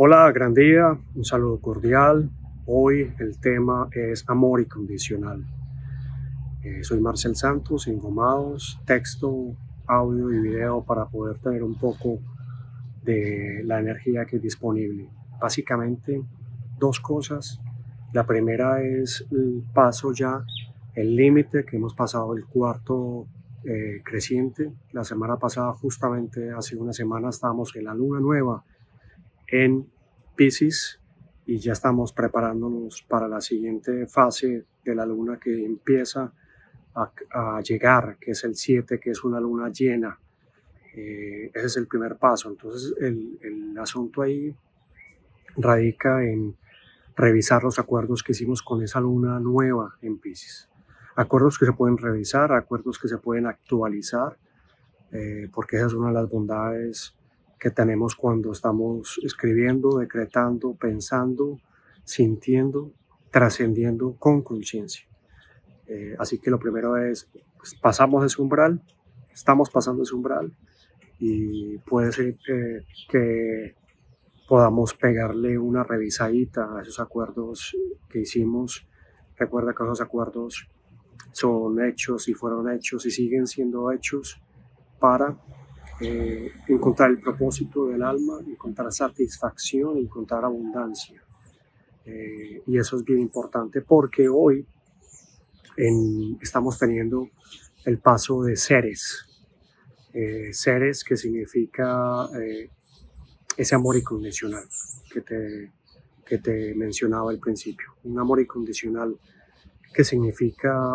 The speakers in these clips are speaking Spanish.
Hola, gran día, un saludo cordial. Hoy el tema es amor incondicional. Soy Marcel Santos, Engomados, texto, audio y video para poder tener un poco de la energía que es disponible. Básicamente, dos cosas. La primera es el paso ya, el límite que hemos pasado el cuarto creciente. La semana pasada, justamente hace una semana, estábamos en la luna nueva en Piscis y ya estamos preparándonos para la siguiente fase de la luna que empieza a llegar, que es el 7, que es una luna llena. Ese es el primer paso. Entonces el asunto ahí radica en revisar los acuerdos que hicimos con esa luna nueva en Piscis. Acuerdos que se pueden revisar, acuerdos que se pueden actualizar, porque esa es una de las bondades que tenemos cuando estamos escribiendo, decretando, pensando, sintiendo, trascendiendo con conciencia. Así que lo primero es, pues, pasamos ese umbral, estamos pasando ese umbral y puede ser que podamos pegarle una revisadita a esos acuerdos que hicimos. Recuerda que esos acuerdos son hechos y fueron hechos y siguen siendo hechos para encontrar el propósito del alma, encontrar satisfacción, encontrar abundancia. Y eso es bien importante porque hoy estamos teniendo el paso de Ceres. Ceres, que significa ese amor incondicional que te mencionaba al principio. Un amor incondicional que significa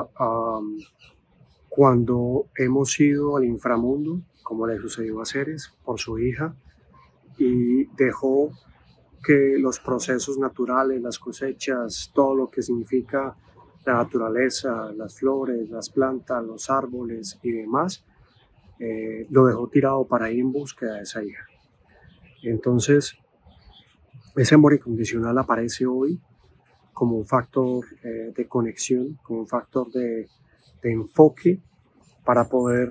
cuando hemos ido al inframundo, como le sucedió a Ceres por su hija, y dejó que los procesos naturales, las cosechas, todo lo que significa la naturaleza, las flores, las plantas, los árboles y demás, lo dejó tirado para ir en búsqueda de esa hija. Entonces, ese amor incondicional aparece hoy como un factor de conexión, como un factor de enfoque para poder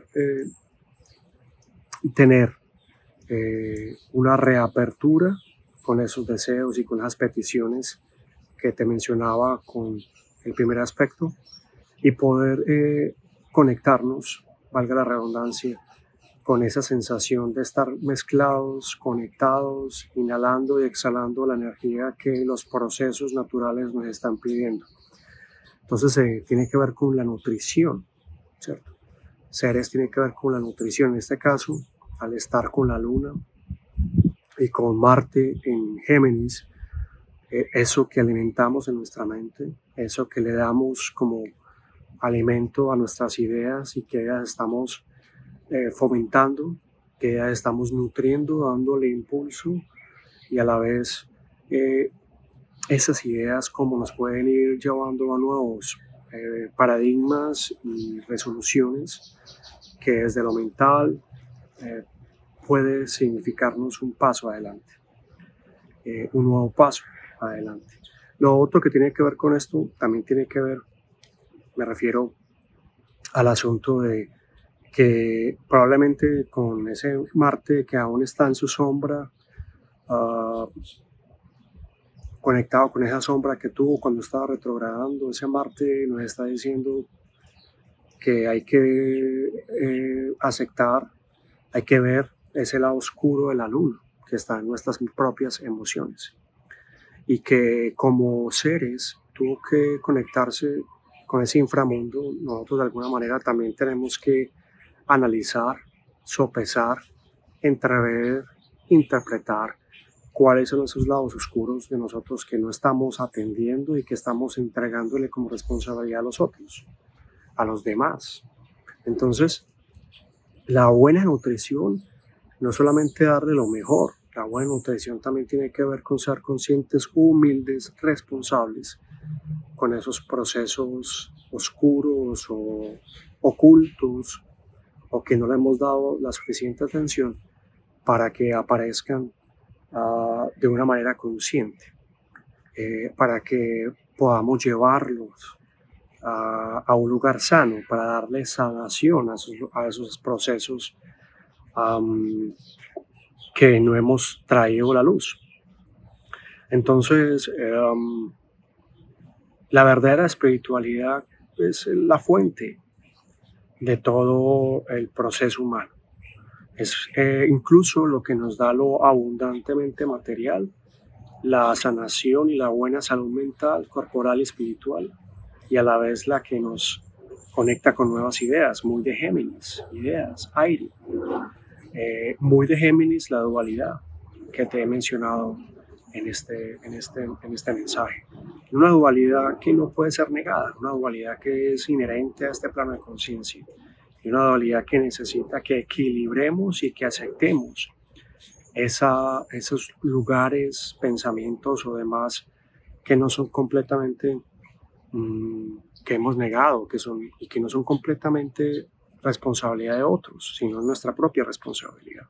tener una reapertura con esos deseos y con esas peticiones que te mencionaba con el primer aspecto y poder conectarnos, valga la redundancia, con esa sensación de estar mezclados, conectados, inhalando y exhalando la energía que los procesos naturales nos están pidiendo. Entonces tiene que ver con la nutrición, ¿cierto? Ceres tiene que ver con la nutrición, en este caso, al estar con la luna y con Marte en Géminis, eso que alimentamos en nuestra mente, eso que le damos como alimento a nuestras ideas y que ellas estamos fomentando, que ellas estamos nutriendo, dándole impulso y a la vez esas ideas como nos pueden ir llevando a nuevos paradigmas y resoluciones que desde lo mental puede significarnos un paso adelante, un nuevo paso adelante. Lo otro que tiene que ver con esto también tiene que ver, me refiero al asunto de que probablemente con ese Marte que aún está en su sombra, conectado con esa sombra que tuvo cuando estaba retrogradando, ese Marte nos está diciendo que hay que aceptar, hay que ver ese lado oscuro de la luna que está en nuestras propias emociones y que como seres tuvo que conectarse con ese inframundo. Nosotros de alguna manera también tenemos que analizar, sopesar, entrever, interpretar cuáles son esos lados oscuros de nosotros que no estamos atendiendo y que estamos entregándole como responsabilidad a los otros, a los demás. Entonces, la buena nutrición no solamente darle lo mejor, la buena nutrición también tiene que ver con ser conscientes, humildes, responsables con esos procesos oscuros o ocultos o que no le hemos dado la suficiente atención para que aparezcan de una manera consciente, para que podamos llevarlos a un lugar sano, para darle sanación a esos procesos que no hemos traído a la luz. Entonces, la verdadera espiritualidad es la fuente de todo el proceso humano. Es incluso lo que nos da lo abundantemente material, la sanación y la buena salud mental, corporal y espiritual, y a la vez la que nos conecta con nuevas ideas, muy de Géminis, ideas, aire. Muy de Géminis, la dualidad que te he mencionado en este mensaje. Una dualidad que no puede ser negada, una dualidad que es inherente a este plano de conciencia y una dualidad que necesita que equilibremos y que aceptemos esos lugares, pensamientos o demás que no son completamente, que hemos negado, y que no son completamente responsabilidad de otros, sino nuestra propia responsabilidad.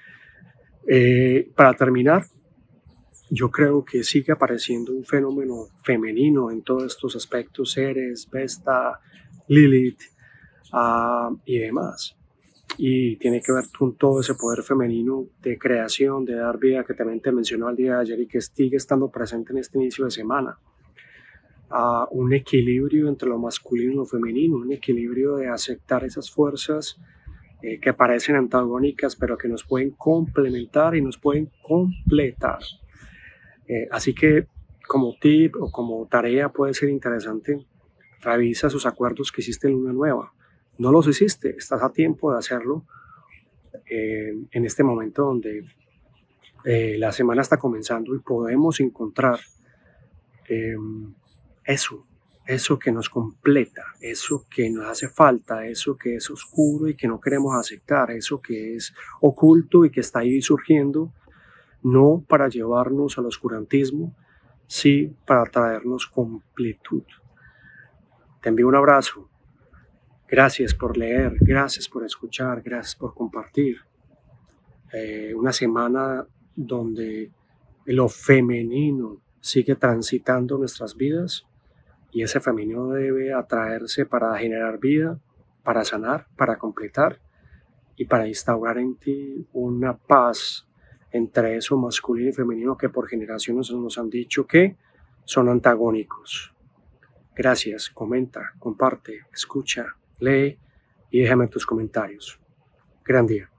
Para terminar, yo creo que sigue apareciendo un fenómeno femenino en todos estos aspectos, Ceres, Vesta, Lilith y demás. Y tiene que ver con todo ese poder femenino de creación, de dar vida, que también te mencionó el día de ayer y que sigue estando presente en este inicio de semana. Un equilibrio entre lo masculino y lo femenino, un equilibrio de aceptar esas fuerzas que parecen antagónicas, pero que nos pueden complementar y nos pueden completar. Así que como tip o como tarea puede ser interesante, revisa esos acuerdos que hiciste en luna nueva. No los hiciste, estás a tiempo de hacerlo en este momento donde la semana está comenzando y podemos encontrar eso que nos completa, eso que nos hace falta, eso que es oscuro y que no queremos aceptar, eso que es oculto y que está ahí surgiendo, no para llevarnos al oscurantismo, sí para traernos completud. Te envío un abrazo. Gracias por leer, gracias por escuchar, gracias por compartir. Una semana donde lo femenino sigue transitando nuestras vidas y ese femenino debe atraerse para generar vida, para sanar, para completar y para instaurar en ti una paz entre eso masculino y femenino que por generaciones nos han dicho que son antagónicos. Gracias, comenta, comparte, escucha, lee y déjame tus comentarios. Gran día.